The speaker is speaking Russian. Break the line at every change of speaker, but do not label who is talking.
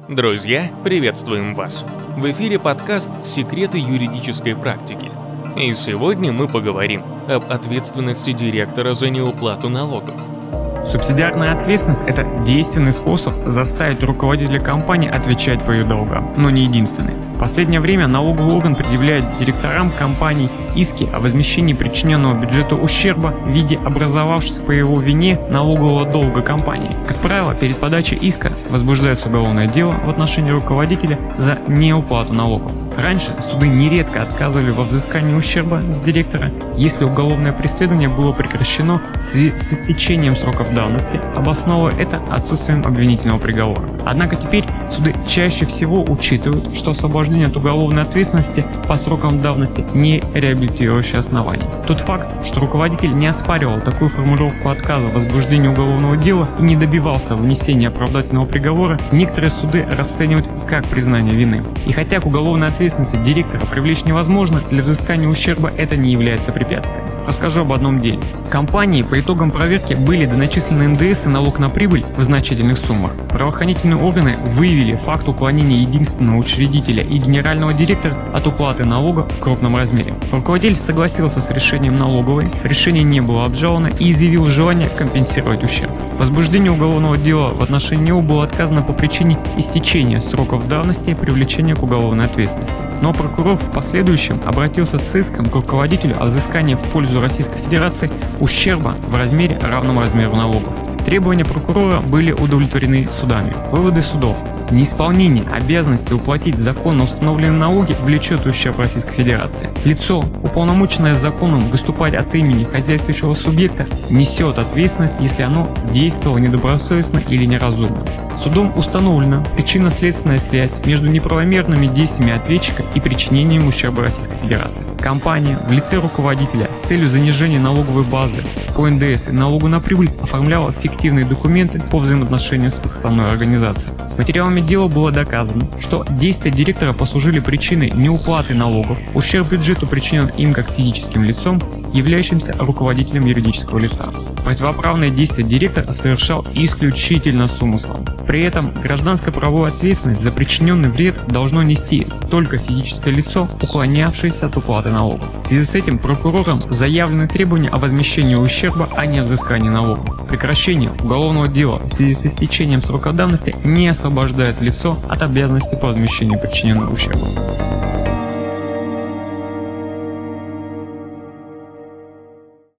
Друзья, приветствуем вас! В эфире подкаст «Секреты юридической практики». И сегодня мы поговорим об ответственности директора за неуплату налогов.
Субсидиарная ответственность – это действенный способ заставить руководителя компании отвечать по ее долгам, но не единственный. В последнее время налоговый орган предъявляет директорам компаний иски о возмещении причиненного бюджету ущерба в виде образовавшегося по его вине налогового долга компании. Как правило, перед подачей иска возбуждается уголовное дело в отношении руководителя за неуплату налогов. Раньше суды нередко отказывали во взыскании ущерба с директора, если уголовное преследование было прекращено в связи с истечением сроков давности, обосновывая это отсутствием обвинительного приговора. Однако теперь суды чаще всего учитывают, что освобождение от уголовной ответственности по срокам давности не реабилитирующее основание. Тот факт, что руководитель не оспаривал такую формулировку отказа в возбуждении уголовного дела и не добивался внесения оправдательного приговора, некоторые суды расценивают как признание вины. И хотя к уголовной ответственности директора привлечь невозможно, для взыскания ущерба это не является препятствием. Расскажу об одном деле. Компании по итогам проверки были доначислены НДС и налог на прибыль в значительных суммах. Правоохранительные органы выявили факт уклонения единственного учредителя и генерального директора от уплаты налога в крупном размере. Руководитель согласился с решением налоговой, решение не было обжаловано и изъявил желание компенсировать ущерб. Возбуждение уголовного дела в отношении него было отказано по причине истечения сроков давности и привлечения к уголовной ответственности. Но прокурор в последующем обратился с иском к руководителю о взыскании в пользу Российской Федерации ущерба в размере, равном размеру налогов. Требования прокурора были удовлетворены судами. Выводы судов. Неисполнение обязанности уплатить законно установленные налоги влечет ущерб Российской Федерации. Лицо, уполномоченное законом выступать от имени хозяйствующего субъекта, несет ответственность, если оно действовало недобросовестно или неразумно. Судом установлена причинно-следственная связь между неправомерными действиями ответчика и причинением ущерба Российской Федерации. Компания в лице руководителя с целью занижения налоговой базы по НДС и налогу на прибыль оформляла фиктивные документы по взаимоотношению с подставной организацией. Материалами дела было доказано, что действия директора послужили причиной неуплаты налогов, ущерб бюджету причинен им как физическим лицом, являющимся руководителем юридического лица. Противоправные действия директора совершал исключительно с умыслом. При этом гражданскую правовую ответственность за причиненный вред должно нести только физическое лицо, уклонявшееся от уплаты налогов. В связи с этим прокурором заявлены требования о возмещении ущерба, а не о взыскании налогов. Прекращение уголовного дела в связи с истечением срока давности не освобождает лицо от обязанности по возмещению причиненного ущерба.